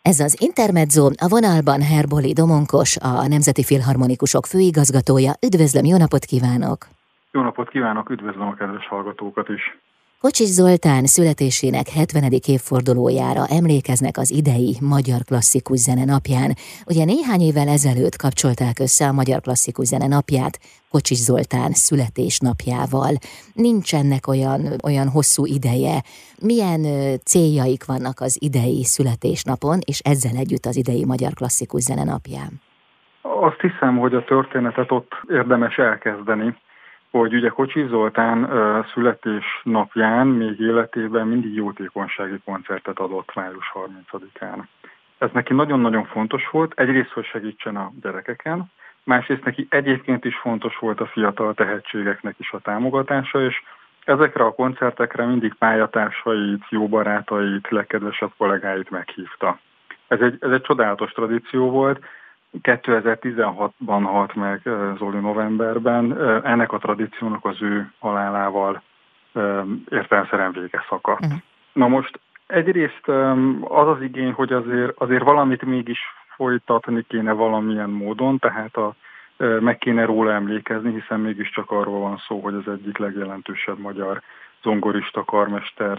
Ez az Intermezzo, a vonalban Herboli Domonkos, a Nemzeti Filharmonikusok főigazgatója. Üdvözlöm, jó napot kívánok! Jó napot kívánok, üdvözlöm a kedves hallgatókat is! Kocsis Zoltán születésének 70. évfordulójára emlékeznek az idei Magyar Klasszikus Zene napján. Ugye néhány évvel ezelőtt kapcsolták össze a Magyar Klasszikus Zene napját Kocsis Zoltán születésnapjával. Nincsenek olyan hosszú ideje. Milyen céljaik vannak az idei születésnapon, és ezzel együtt az idei Magyar Klasszikus Zene napján? Azt hiszem, hogy a történetet ott érdemes elkezdeni, hogy ugye Kocsis Zoltán születésnapján még életében mindig jótékonysági koncertet adott május 30-án. Ez neki nagyon-nagyon fontos volt, egyrészt, hogy segítsen a gyerekeken, másrészt neki egyébként is fontos volt a fiatal tehetségeknek is a támogatása, és ezekre a koncertekre mindig pályatársait, jó barátait, legkedvesebb kollégáit meghívta. Ez egy csodálatos tradíció volt. 2016-ban halt meg Zoli novemberben, ennek a tradíciónak az ő halálával értelemszerűen vége szakadt. Na most egyrészt az igény, hogy azért valamit mégis folytatni kéne valamilyen módon, tehát meg kéne róla emlékezni, hiszen mégiscsak arról van szó, hogy az egyik legjelentősebb magyar zongorista, karmester,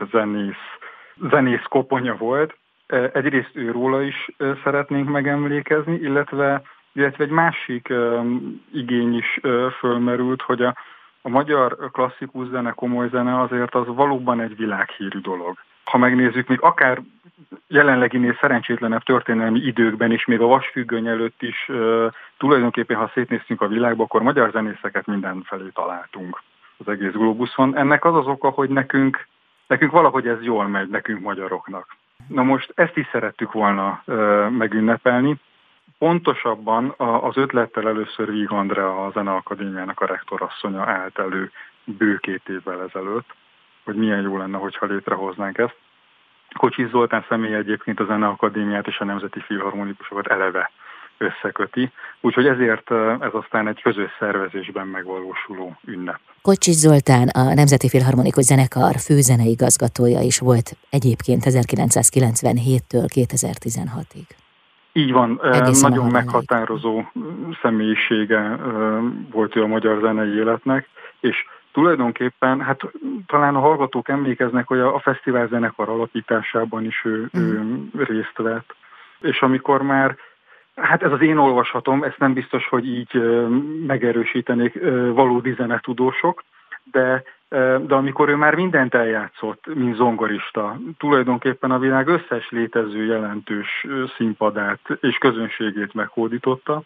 zenész koponya volt. Egyrészt őróla is szeretnénk megemlékezni, illetve egy másik igény is fölmerült, hogy a magyar klasszikus zene, komoly zene azért az valóban egy világhírű dolog. Ha megnézzük, még akár jelenleginél szerencsétlenebb történelmi időkben is, még a vasfüggöny előtt is, tulajdonképpen ha szétnéztünk a világba, akkor magyar zenészeket mindenfelé találtunk az egész globuszon. Ennek az az oka, hogy nekünk valahogy ez jól megy, nekünk magyaroknak. Na most ezt is szerettük volna megünnepelni. Pontosabban az ötlettel először Víg Andrea, a Zeneakadémiának a rektorasszonya állt elő bő 2 évvel ezelőtt, hogy milyen jó lenne, hogyha létrehoznánk ezt. Kocsis Zoltán személye egyébként a Zeneakadémiát és a Nemzeti Filharmonikusokat eleve összeköti, úgyhogy ezért ez aztán egy közös szervezésben megvalósuló ünnep. Kocsis Zoltán a Nemzeti Filharmonikus Zenekar főzeneigazgatója is volt egyébként 1997-től 2016-ig. Így van, egészen nagyon meghatározó személyisége volt ő a magyar zenei életnek, és tulajdonképpen, hát talán a hallgatók emlékeznek, hogy a fesztivál zenekar alapításában is ő részt vett, és amikor már, hát ez az én olvasatom, ezt nem biztos, hogy így megerősítenék valódi zenetudósok, de amikor ő már mindent eljátszott, mint zongorista, tulajdonképpen a világ összes létező jelentős színpadát és közönségét meghódította,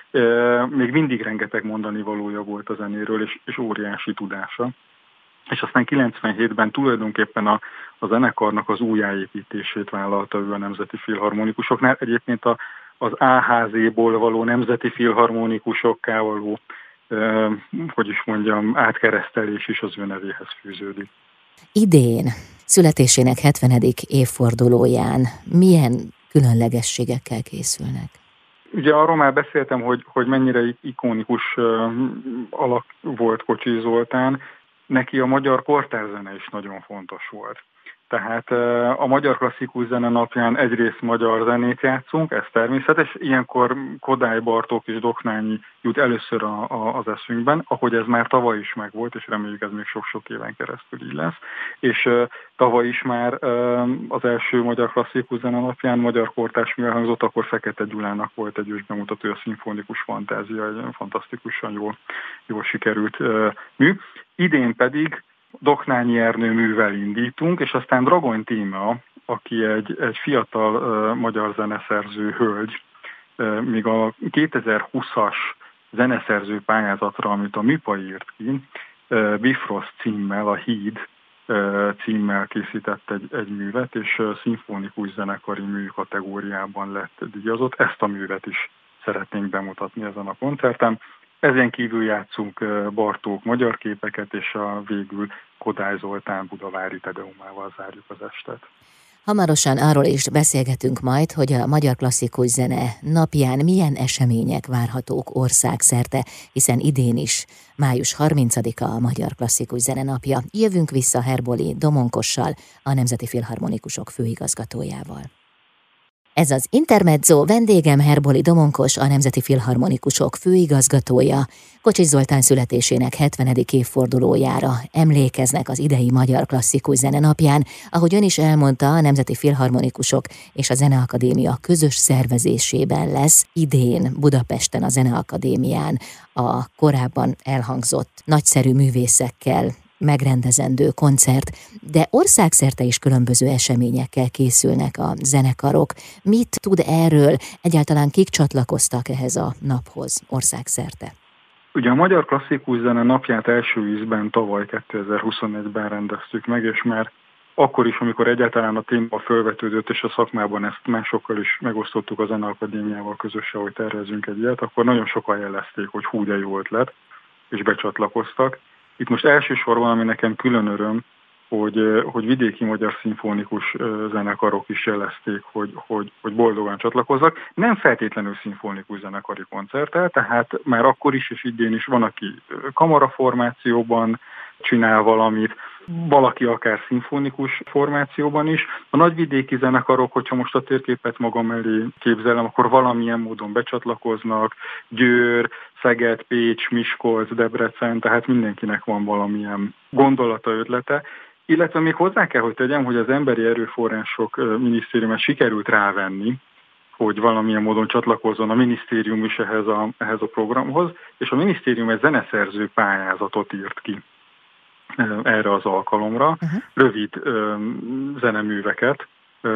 még mindig rengeteg mondani valója volt a zenéről, és óriási tudása. És aztán 97-ben tulajdonképpen a zenekarnak az újjáépítését vállalta ő a Nemzeti Filharmonikusoknál. Egyébként az AHZ-ból való Nemzeti Filharmonikusokká való, átkeresztelés is az ő nevéhez fűződik. Idén, születésének 70. évfordulóján milyen különlegességekkel készülnek? Ugye arról már beszéltem, hogy mennyire ikonikus alak volt Kocsis Zoltán, neki a magyar kortárzene is nagyon fontos volt. Tehát a Magyar Klasszikus Zene napján egyrészt magyar zenét játszunk, ez természetes, ilyenkor Kodály, Bartók és Doknányi jut először az eszünkben, ahogy ez már tavaly is megvolt, és reméljük ez még sok-sok éven keresztül így lesz. És tavaly is már az első Magyar Klasszikus Zene napján magyar kortárs mű elhangzott, akkor Fekete Gyulának volt egy ősbemutató, a Szimfonikus Fantázia, egy fantasztikusan jól sikerült mű. Idén pedig Doknányi Ernő művel indítunk, és aztán Dragony Tímea, aki egy fiatal magyar zeneszerző hölgy, még a 2020-as zeneszerző pályázatra, amit a MÜPA írt ki, Bifrost címmel, a Híd címmel készített egy művet, és szimfonikus zenekari mű kategóriában lett díjazott. Ezt a művet is szeretnénk bemutatni ezen a koncerten. Ezen kívül játszunk Bartók magyar képeket, és végül Kodály Zoltán budavári tedeumával zárjuk az estet. Hamarosan arról is beszélgetünk majd, hogy a Magyar Klasszikus Zene napján milyen események várhatók országszerte, hiszen idén is május 30-a a Magyar Klasszikus Zene napja. Jövünk vissza Herboli Domonkossal, a Nemzeti Filharmonikusok főigazgatójával. Ez az Intermezzo, vendégem Herboli Domonkos, a Nemzeti Filharmonikusok főigazgatója. Kocsis Zoltán születésének 70. évfordulójára emlékeznek az idei Magyar Klasszikus Zene napján. Ahogy ön is elmondta, a Nemzeti Filharmonikusok és a Zeneakadémia közös szervezésében lesz idén Budapesten a Zeneakadémián a korábban elhangzott nagyszerű művészekkel megrendezendő koncert, de országszerte is különböző eseményekkel készülnek a zenekarok. Mit tud erről? Egyáltalán kik csatlakoztak ehhez a naphoz országszerte? Ugye a Magyar Klasszikus Zene napját első ízben tavaly 2021-ben rendeztük meg, és már akkor is, amikor egyáltalán a téma felvetődött, és a szakmában ezt másokkal is megosztottuk a Zeneakadémiával közösen, hogy tervezünk egy ilyet, akkor nagyon sokan jelezték, hogy hú, de jó ötlet, és becsatlakoztak. Itt most elsősorban, ami nekem külön öröm, hogy vidéki magyar szimfonikus zenekarok is jelezték, hogy boldogan csatlakozzak. Nem feltétlenül szimfonikus zenekari koncerttel, tehát már akkor is és idén is van, aki kamaraformációban csinál valamit, valaki akár szimfonikus formációban is. A nagyvidéki zenekarok, hogyha most a térképet magam elé képzelem, akkor valamilyen módon becsatlakoznak, Győr, Szeged, Pécs, Miskolc, Debrecen, tehát mindenkinek van valamilyen gondolata, ötlete. Illetve még hozzá kell, hogy tegyem, hogy az Emberi Erőforrások Minisztériumát sikerült rávenni, hogy valamilyen módon csatlakozzon a minisztérium is ehhez a programhoz, és a minisztérium egy zeneszerző pályázatot írt ki erre az alkalomra, rövid zeneműveket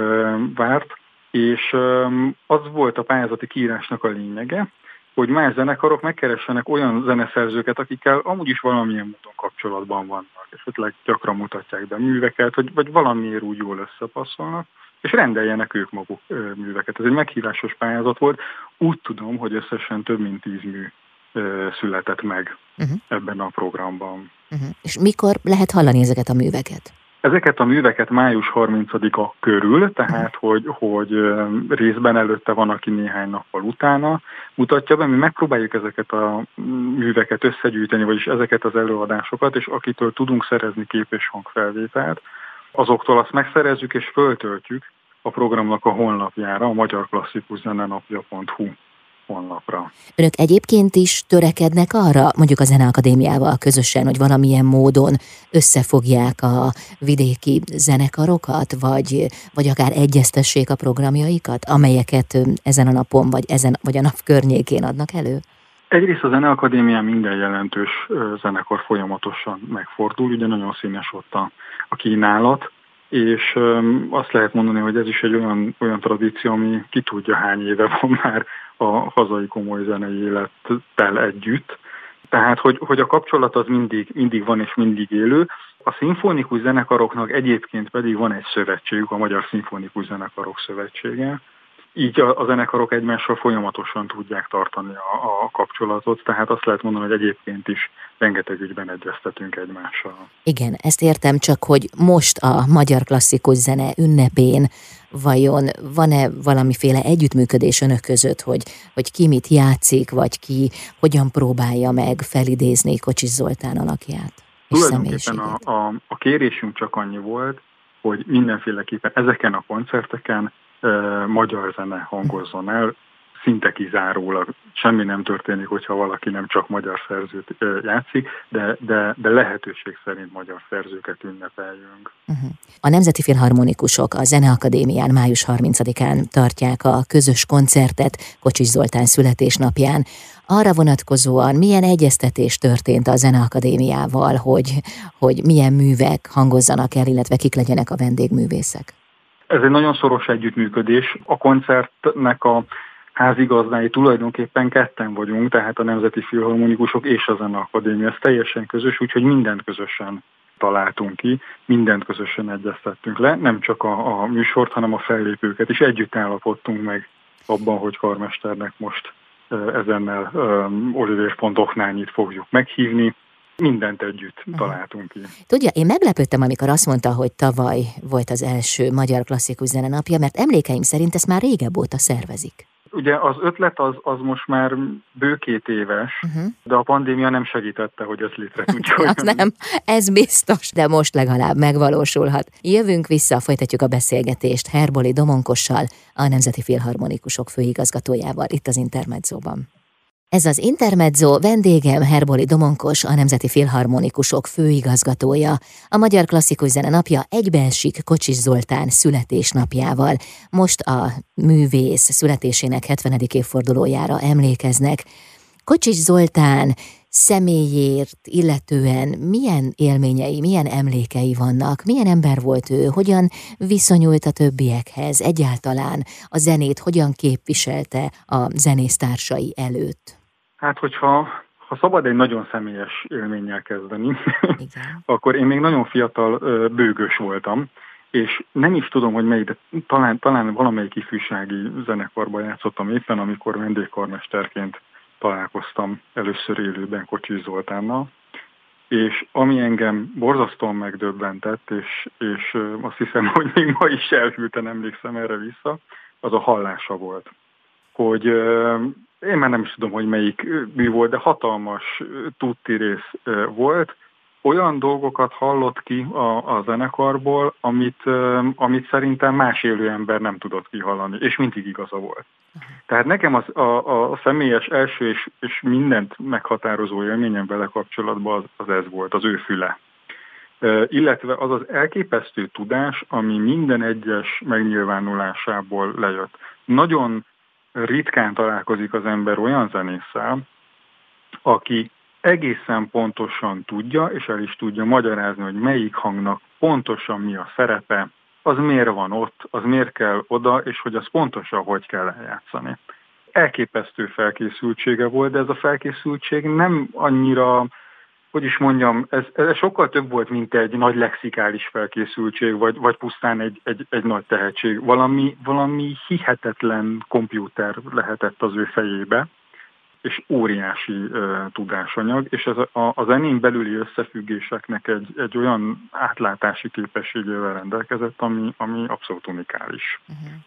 várt, és az volt a pályázati kiírásnak a lényege, hogy más zenekarok megkeressenek olyan zeneszerzőket, akikkel amúgy is valamilyen módon kapcsolatban vannak, esetleg gyakran mutatják be műveket, vagy valamiért úgy jól összepasszolnak, és rendeljenek ők maguk műveket. Ez egy meghívásos pályázat volt. Úgy tudom, hogy összesen több mint 10 mű született meg ebben a programban. És mikor lehet hallani ezeket a műveket? Ezeket a műveket május 30-a körül, tehát hogy részben előtte van, aki néhány nappal utána mutatja be. Mi megpróbáljuk ezeket a műveket összegyűjteni, vagyis ezeket az előadásokat, és akitől tudunk szerezni kép- és hangfelvételt, azoktól azt megszerezzük és föltöltjük a programnak a honlapjára, a magyarklasszikuszenenapja.hu honlapra. Önök egyébként is törekednek arra, mondjuk a Zeneakadémiával közösen, hogy valamilyen módon összefogják a vidéki zenekarokat, vagy akár egyeztessék a programjaikat, amelyeket ezen a napon, vagy a nap környékén adnak elő? Egyrészt a Zeneakadémián minden jelentős zenekar folyamatosan megfordul, ugye nagyon színes ott a kínálat, és azt lehet mondani, hogy ez is egy olyan tradíció, ami ki tudja hány éve van már a hazai komoly zenei élettel együtt. Tehát, hogy a kapcsolat az mindig van és mindig élő. A szimfonikus zenekaroknak egyébként pedig van egy szövetségük, a Magyar Szimfonikus Zenekarok Szövetsége. Így a zenekarok egymással folyamatosan tudják tartani a kapcsolatot, tehát azt lehet mondani, hogy egyébként is rengeteg ügyben egyeztetünk egymással. Igen, ezt értem, csak hogy most a Magyar Klasszikus Zene ünnepén vajon van-e valamiféle együttműködés önök között, hogy ki mit játszik, vagy ki hogyan próbálja meg felidézni Kocsis Zoltán alakját és személyiségét? A kérésünk csak annyi volt, hogy mindenféleképpen ezeken a koncerteken magyar zene hangozzon el, szinte kizárólag. Semmi nem történik, hogyha valaki nem csak magyar szerzőt játszik, de lehetőség szerint magyar szerzőket ünnepeljünk. A Nemzeti Filharmonikusok a Zeneakadémián május 30-án tartják a közös koncertet Kocsis Zoltán születésnapján. Arra vonatkozóan milyen egyeztetés történt a Zeneakadémiával, hogy milyen művek hangozzanak el, illetve kik legyenek a vendégművészek? Ez egy nagyon szoros együttműködés. A koncertnek a házigazdái tulajdonképpen ketten vagyunk, tehát a Nemzeti Filharmonikusok és a Zeneakadémia. Ez teljesen közös, úgyhogy mindent közösen találtunk ki, mindent közösen egyeztettünk le, nem csak a műsort, hanem a fellépőket is. Együtt állapodtunk meg abban, hogy karmesternek most ezennel Olivér Oknányit fogjuk meghívni. Mindent együtt találtunk ki. Tudja, én meglepődtem, amikor azt mondta, hogy tavaly volt az első Magyar Klasszikus Zene napja, mert emlékeim szerint ezt már régebb óta szervezik. Ugye az ötlet az most már bő 2 éves, de a pandémia nem segítette, hogy ez létre tudjon jönni. Nem, ez biztos, de most legalább megvalósulhat. Jövünk vissza, folytatjuk a beszélgetést Herboli Domonkossal, a Nemzeti Filharmonikusok főigazgatójával itt az Intermedzóban. Ez az Intermezzo, vendégem Herboli Domonkos, a Nemzeti Filharmonikusok főigazgatója. A Magyar Klasszikus Zene napja egybeesik Kocsis Zoltán születésnapjával. Most a művész születésének 70. évfordulójára emlékeznek. Kocsis Zoltán személyért illetően milyen élményei, milyen emlékei vannak, milyen ember volt ő, hogyan viszonyult a többiekhez, egyáltalán a zenét hogyan képviselte a zenésztársai előtt? Hát, hogyha szabad egy nagyon személyes élménnyel kezdeni, akkor én még nagyon fiatal bőgős voltam, és nem is tudom, hogy melyik, de talán valamelyik ifjúsági zenekarban játszottam éppen, amikor vendégkarmesterként találkoztam először élőben Kocsis Zoltánnal, és ami engem borzasztóan megdöbbentett, és azt hiszem, hogy még ma is elhűlten emlékszem erre vissza, az a hallása volt. Hogy én már nem is tudom, hogy melyik mű volt, de hatalmas tutti rész volt. Olyan dolgokat hallott ki a zenekarból, amit szerintem más élő ember nem tudott kihallani, és mindig igaza volt. Tehát nekem a személyes első és mindent meghatározó élményem vele kapcsolatban az ez volt, az ő füle. Illetve az az elképesztő tudás, ami minden egyes megnyilvánulásából lejött. Nagyon ritkán találkozik az ember olyan zenésszel, aki egészen pontosan tudja, és el is tudja magyarázni, hogy melyik hangnak pontosan mi a szerepe, az miért van ott, az miért kell oda, és hogy az pontosan hogy kell eljátszani. Elképesztő felkészültsége volt, de ez a felkészültség nem annyira, hogy is mondjam, ez sokkal több volt, mint egy nagy lexikális felkészültség, vagy pusztán egy nagy tehetség. Valami hihetetlen kompjúter lehetett az ő fejébe, és óriási tudásanyag, és ez a zenén belüli összefüggéseknek egy olyan átlátási képességével rendelkezett, ami abszolút unikális.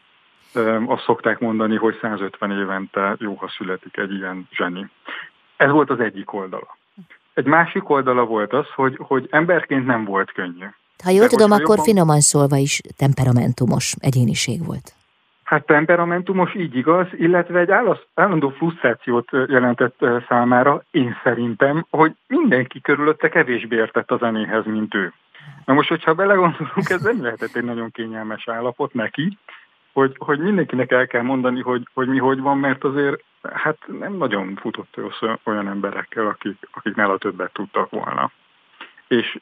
Azt szokták mondani, hogy 150 évente jó, ha születik egy ilyen zseni. Ez volt az egyik oldala. Egy másik oldala volt az, hogy emberként nem volt könnyű. Ha jól tudom, akkor finoman szólva is temperamentumos egyéniség volt. Hát temperamentumos, így igaz, illetve egy állandó frusztrációt jelentett számára, én szerintem, hogy mindenki körülötte kevésbé értett a zenéhez, mint ő. Na most, hogyha belegondolunk, ez nem lehetett egy nagyon kényelmes állapot neki, hogy mindenkinek el kell mondani, hogy mi hogy van, mert azért hát nem nagyon futott olyan emberekkel, akik nála többet tudtak volna. És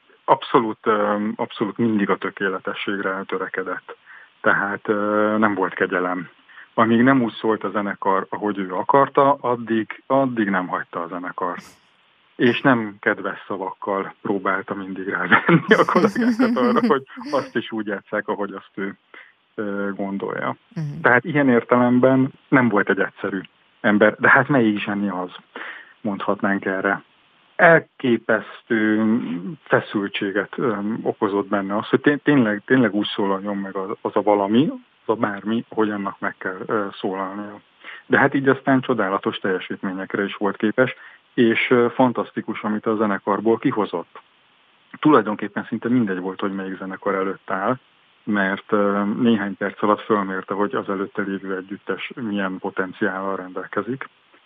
abszolút mindig a tökéletességre törekedett. Tehát nem volt kegyelem. Amíg nem úgy szólt a zenekar, ahogy ő akarta, addig nem hagyta a zenekart. És nem kedves szavakkal próbálta mindig rávenni a kollégákat arra, hogy azt is úgy játsszák, ahogy azt ő gondolja. Tehát ilyen értelemben nem volt egy egyszerű ember, de hát melyik zseni az, mondhatnánk erre. Elképesztő feszültséget okozott benne az, hogy tényleg úgy szólaljon meg az a valami, az a bármi, hogy annak meg kell szólalnia. De hát így aztán csodálatos teljesítményekre is volt képes, és fantasztikus, amit a zenekarból kihozott. Tulajdonképpen szinte mindegy volt, hogy melyik zenekar előtt áll, mert néhány perc alatt fölmérte, hogy az előtte lévő együttes milyen potenciállal rendelkezik,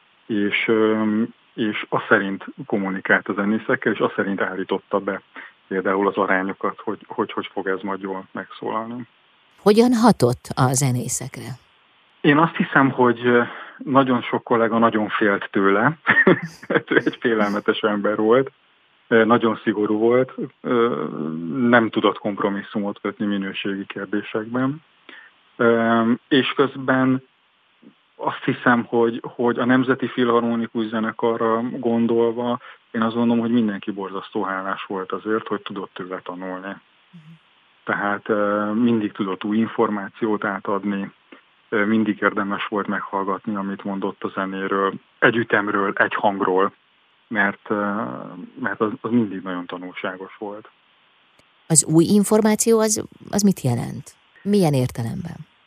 és azt szerint kommunikált a zenészekkel, és azt szerint állította be például az arányokat, hogy fog ez majd jól megszólalni. Hogyan hatott a zenészekre? Én azt hiszem, hogy nagyon sok kollega nagyon félt tőle. Egy félelmetes ember volt, nagyon szigorú volt, nem tudott kompromisszumot kötni minőségi kérdésekben, és közben azt hiszem, hogy a Nemzeti Filharmonikus Zenekarra gondolva, én azt gondolom, hogy mindenki borzasztó hálás volt azért, hogy tudott tőle tanulni. Tehát mindig tudott új információt átadni, mindig érdemes volt meghallgatni, amit mondott a zenéről, egy ütemről, egy hangról, mert az mindig nagyon tanulságos volt. Az új információ az mit jelent? Milyen értelemben?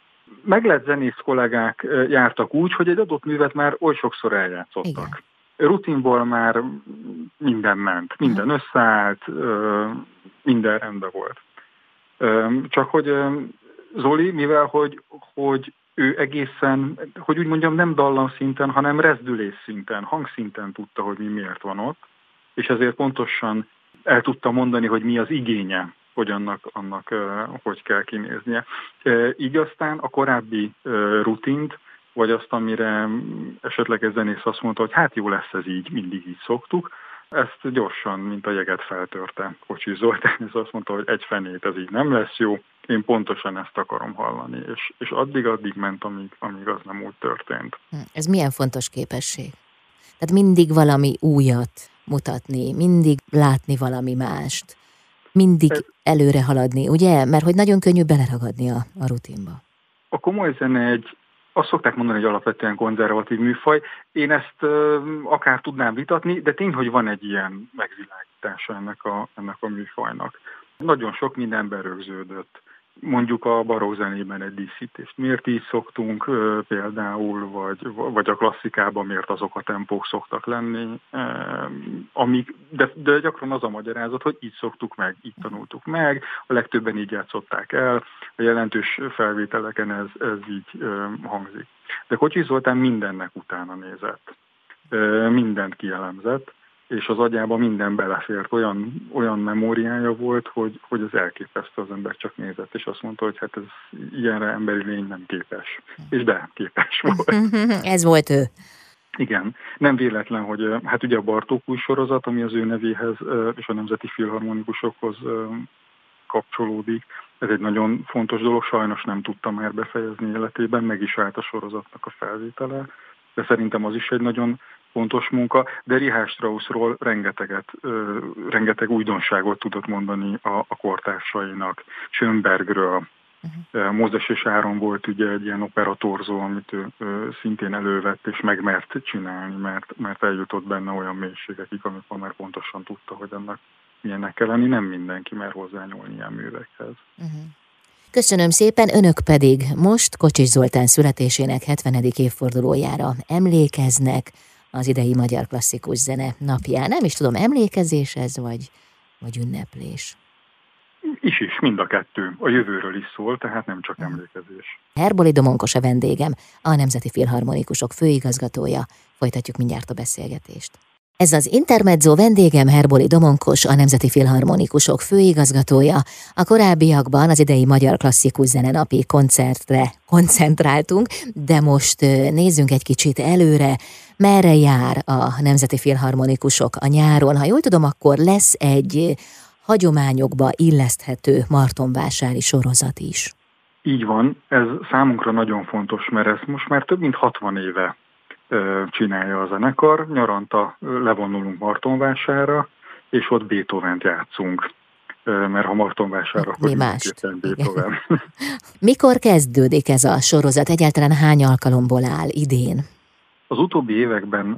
meg lett zenész kollégák jártak úgy, hogy egy adott művet már oly sokszor eljátszottak. Igen. Rutinból már minden ment, minden összeállt, minden rendben volt. Csak hogy Zoli, mivel hogy ő egészen, hogy úgy mondjam, nem dallamszinten, hanem rezdülés szinten, hangszinten tudta, hogy mi miért van ott, és ezért pontosan el tudta mondani, hogy mi az igénye, hogy annak hogy kell kinéznie. Így aztán a korábbi rutint, vagy azt, amire esetleg egy zenész azt mondta, hogy hát jó lesz ez így, mindig így szoktuk, ezt gyorsan, mint a jeget feltörte Kocsis Zoltán, és azt mondta, hogy egy fenét ez így nem lesz jó, én pontosan ezt akarom hallani, és addig ment, amíg az nem úgy történt. Ez milyen fontos képesség? Tehát mindig valami újat mutatni, mindig látni valami mást, mindig előre haladni, ugye? Mert hogy nagyon könnyű beleragadni a rutinba. A komoly zene azt szokták mondani, hogy alapvetően konzervatív műfaj. Én ezt akár tudnám vitatni, de tény, hogy van egy ilyen megvilágítása ennek a műfajnak. Nagyon sok mindenben rögződött. Mondjuk a barokk zenében egy díszítést miért így szoktunk például, vagy a klasszikában miért azok a tempók szoktak lenni, de gyakran az a magyarázat, hogy így szoktuk meg, így tanultuk meg, a legtöbben így játszották el, a jelentős felvételeken ez így hangzik. De Kocsis Zoltán mindennek utána nézett, mindent kielemzett, és az agyában minden belefért, olyan memóriája volt, hogy az elképesztő, az ember csak nézett, és azt mondta, hogy hát ez ilyenre emberi lény nem képes. És de képes volt. Ez volt ő. Igen. Nem véletlen, hogy hát ugye a Bartók új sorozat, ami az ő nevéhez és a Nemzeti Filharmonikusokhoz kapcsolódik. Ez egy nagyon fontos dolog, sajnos nem tudta már befejezni életében, meg is állt a sorozatnak a felvétele, de szerintem az is egy nagyon fontos munka, de Richard Straussról rengeteg újdonságot tudott mondani a kortársainak, Schönbergről. Mózes és Áron volt ugye egy ilyen operatorzó, amit ő szintén elővett és megmert csinálni, mert eljutott benne olyan mélységekig, amikor már pontosan tudta, hogy ennek milyennek kell lenni. Nem mindenki mer hozzányúlni ilyen művekhez. Köszönöm szépen, önök pedig most Kocsis Zoltán születésének 70. évfordulójára emlékeznek az idei Magyar Klasszikus Zene napján. Nem is tudom, emlékezés ez, vagy ünneplés? Is, mind a kettő. A jövőről is szól, tehát nem csak emlékezés. Herboli Domonkos a vendégem, a Nemzeti Filharmonikusok főigazgatója. Folytatjuk mindjárt a beszélgetést. Ez az Intermezzo, vendégem Herboli Domonkos, a Nemzeti Filharmonikusok főigazgatója. A korábbiakban az idei Magyar Klasszikus Zene napi koncertre koncentráltunk, de most nézzünk egy kicsit előre. Merre jár a Nemzeti Filharmonikusok a nyáron? Ha jól tudom, akkor lesz egy hagyományokba illeszthető martonvásári sorozat is. Így van, ez számunkra nagyon fontos, mert ezt most már több mint 60 éve csinálja a zenekar. Nyaranta levonulunk Martonvásárra, és ott Beethovent játszunk. Mert ha Martonvásárra, akkor mindenképpen Beethoven. Mikor kezdődik ez a sorozat? Egyáltalán hány alkalomból áll idén? Az utóbbi években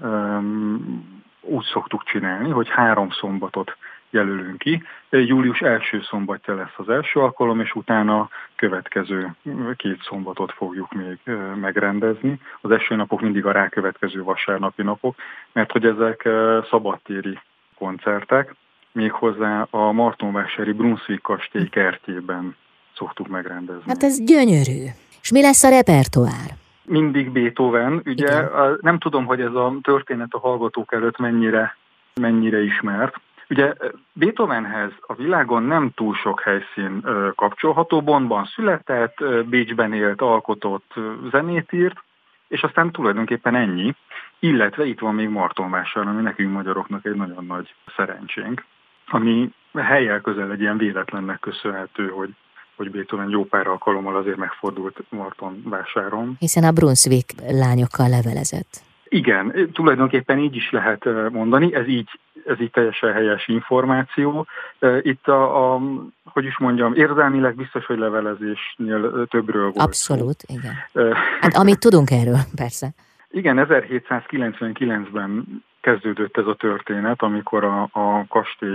úgy szoktuk csinálni, hogy 3 szombatot jelölünk ki. Július első szombatja lesz az első alkalom, és utána következő 2 szombatot fogjuk még megrendezni. Az eső napok mindig a rákövetkező vasárnapi napok, mert hogy ezek szabadtéri koncertek, méghozzá a martonvásári Brunswick kastély kertjében szoktuk megrendezni. Hát ez gyönyörű. És mi lesz a repertoár? Mindig Beethoven. Ugye nem tudom, hogy ez a történet a hallgatók előtt mennyire ismert. Ugye Beethovenhez a világon nem túl sok helyszín kapcsolható. Bonnban született, Bécsben élt, alkotott, zenét írt, és aztán tulajdonképpen ennyi. Illetve itt van még Martonvásár, ami nekünk magyaroknak egy nagyon nagy szerencsénk, ami hellyel közel egy ilyen véletlennek köszönhető, hogy Beethoven jó pár alkalommal azért megfordult Martonvásáron. Hiszen a Brunswick lányokkal levelezett. Igen, tulajdonképpen így is lehet mondani, ez így teljesen helyes információ. Itt hogy is mondjam, érzelmileg biztos, hogy levelezésnél többről volt. Abszolút, igen. Hát amit tudunk erről, persze. Igen, 1799-ben kezdődött ez a történet, amikor a kastély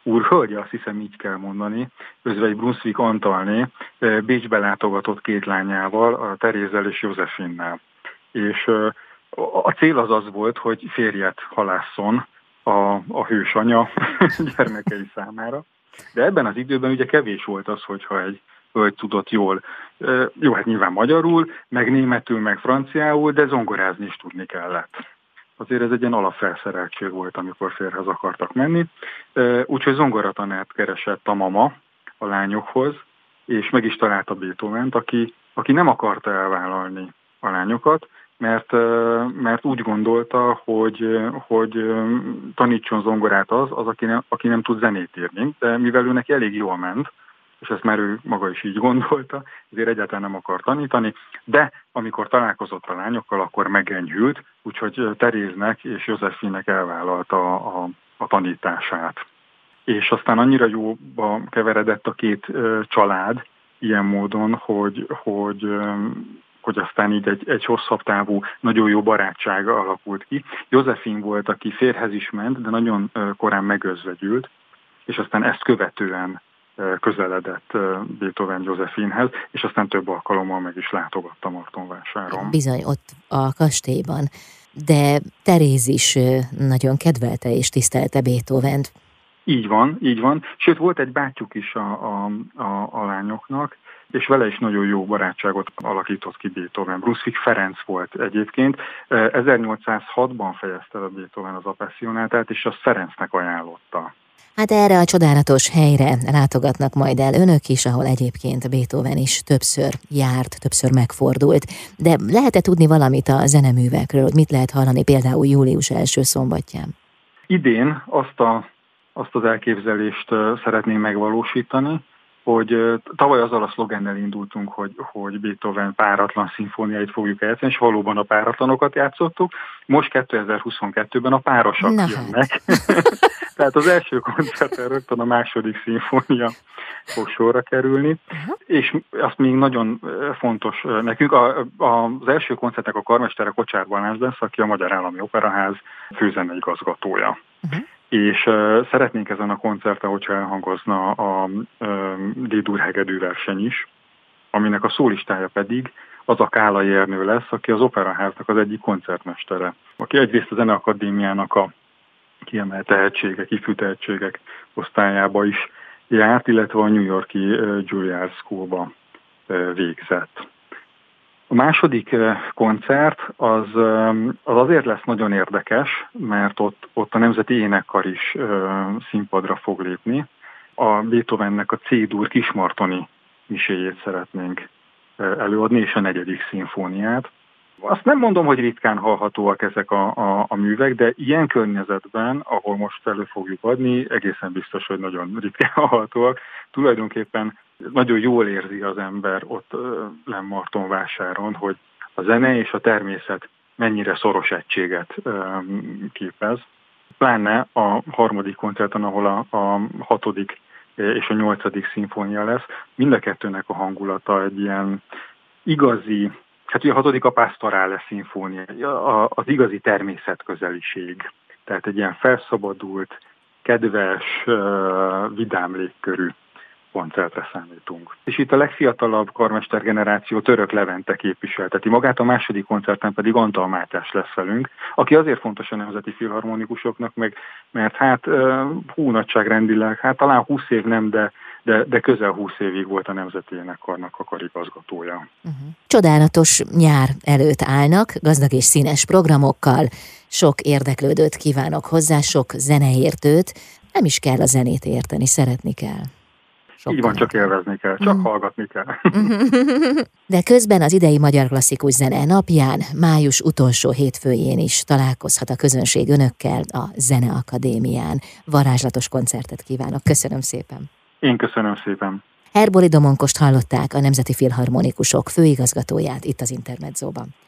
úrhölgye, azt hiszem így kell mondani, Özvegy Brunswick Antalné Bécsbe látogatott 2 lányával, a Terézzel és Józsefinnel. És a cél az volt, hogy férjet halásszon a hősanya gyermekei számára. De ebben az időben ugye kevés volt az, hogyha egy hölgy tudott jól, jó, hát nyilván magyarul, meg németül, meg franciául, de zongorázni is tudni kellett. Azért ez egy ilyen alapfelszereltség volt, amikor férjhez akartak menni. Úgyhogy zongoratanárt keresett a mama a lányokhoz, és meg is találta Beethovent, aki nem akarta elvállalni a lányokat, mert úgy gondolta, hogy tanítson zongorát az, aki nem tud zenét írni, de mivel ő neki elég jól ment, és ezt már ő maga is így gondolta, ezért egyáltalán nem akar tanítani, de amikor találkozott a lányokkal, akkor megenyhült, úgyhogy Teréznek és Józsefinnek elvállalta a tanítását. És aztán annyira jóba keveredett a 2 család ilyen módon, hogy aztán így egy hosszabb távú, nagyon jó barátság alakult ki. Józsefin volt, aki férjhez is ment, de nagyon korán megözvegyült, és aztán ezt követően közeledett Beethoven Józsefinhez, és aztán több alkalommal meg is látogatta Martonvásáron. Bizony, ott a kastélyban. De Teréz is nagyon kedvelte és tisztelte Beethovent. Így van. Sőt, volt egy bátyjuk is a lányoknak, és vele is nagyon jó barátságot alakított ki Beethoven. Brunswick Ferenc volt egyébként. 1806-ban fejezte a Beethoven az Appassionátát, és azt Ferencnek ajánlotta. Hát erre a csodálatos helyre látogatnak majd el önök is, ahol egyébként Beethoven is többször járt, többször megfordult. De lehet-e tudni valamit a zeneművekről, hogy mit lehet hallani például július első szombatján? Idén azt az elképzelést szeretném megvalósítani, hogy tavaly azzal a szlogennel indultunk, hogy Beethoven páratlan szimfóniáit fogjuk játszani, és valóban a páratlanokat játszottuk. Most 2022-ben a párosak jönnek. Tehát az első koncerten rögtön a második szimfónia fog sorra kerülni, és azt még nagyon fontos nekünk, az első koncertnek a karmestere Kocsár Balázs lesz, aki a Magyar Állami Operaház főzeneigazgatója. És szeretnénk ezen a koncerten, hogyha elhangozna a D-dur hegedű verseny is, aminek a szólistája pedig az a Kálai Ernő lesz, aki az Operaháznak az egyik koncertmestere, aki egyrészt a Zeneakadémiának a kiemelt tehetségek, ifjú tehetségek osztályába is járt, illetve a New York-i Juilliard School-ba végzett. A második koncert az azért lesz nagyon érdekes, mert ott a Nemzeti Énekkar is színpadra fog lépni. A Beethovennek a C-dur kismartoni miséjét szeretnénk előadni, és a 4. szimfóniát. Azt nem mondom, hogy ritkán hallhatóak ezek a művek, de ilyen környezetben, ahol most elő fogjuk adni, egészen biztos, hogy nagyon ritkán hallhatóak. Tulajdonképpen nagyon jól érzi az ember ott lenn Martonvásáron, hogy a zene és a természet mennyire szoros egységet képez. Pláne a harmadik koncerten, ahol a 6. és a 8. szimfónia lesz, mind a kettőnek a hangulata egy ilyen igazi, hát ugye a 6. a Pastorale szimfónia, az igazi természetközeliség. Tehát egy ilyen felszabadult, kedves, vidám légkörű koncertre számítunk. És itt a legfiatalabb karmestergeneráció Török Levente képviselteti magát, a második koncerten pedig Antal Mátyás lesz velünk, aki azért fontos a nemzeti filharmonikusoknak, mert nagyságrendileg, talán 20 év nem, de közel 20 évig volt a Nemzeti Énekkarnak a karigazgatója. Csodálatos nyár előtt állnak, gazdag és színes programokkal, sok érdeklődőt kívánok hozzá, sok zeneértőt, nem is kell a zenét érteni, szeretni kell. Így van, csak élvezni kell, csak hallgatni kell. De közben az idei Magyar Klasszikus Zene napján, május utolsó hétfőjén is találkozhat a közönség önökkel a Zeneakadémián. Varázslatos koncertet kívánok. Köszönöm szépen. Én köszönöm szépen. Herboli Domonkost hallották, a Nemzeti Filharmonikusok főigazgatóját itt az Intermedzóban.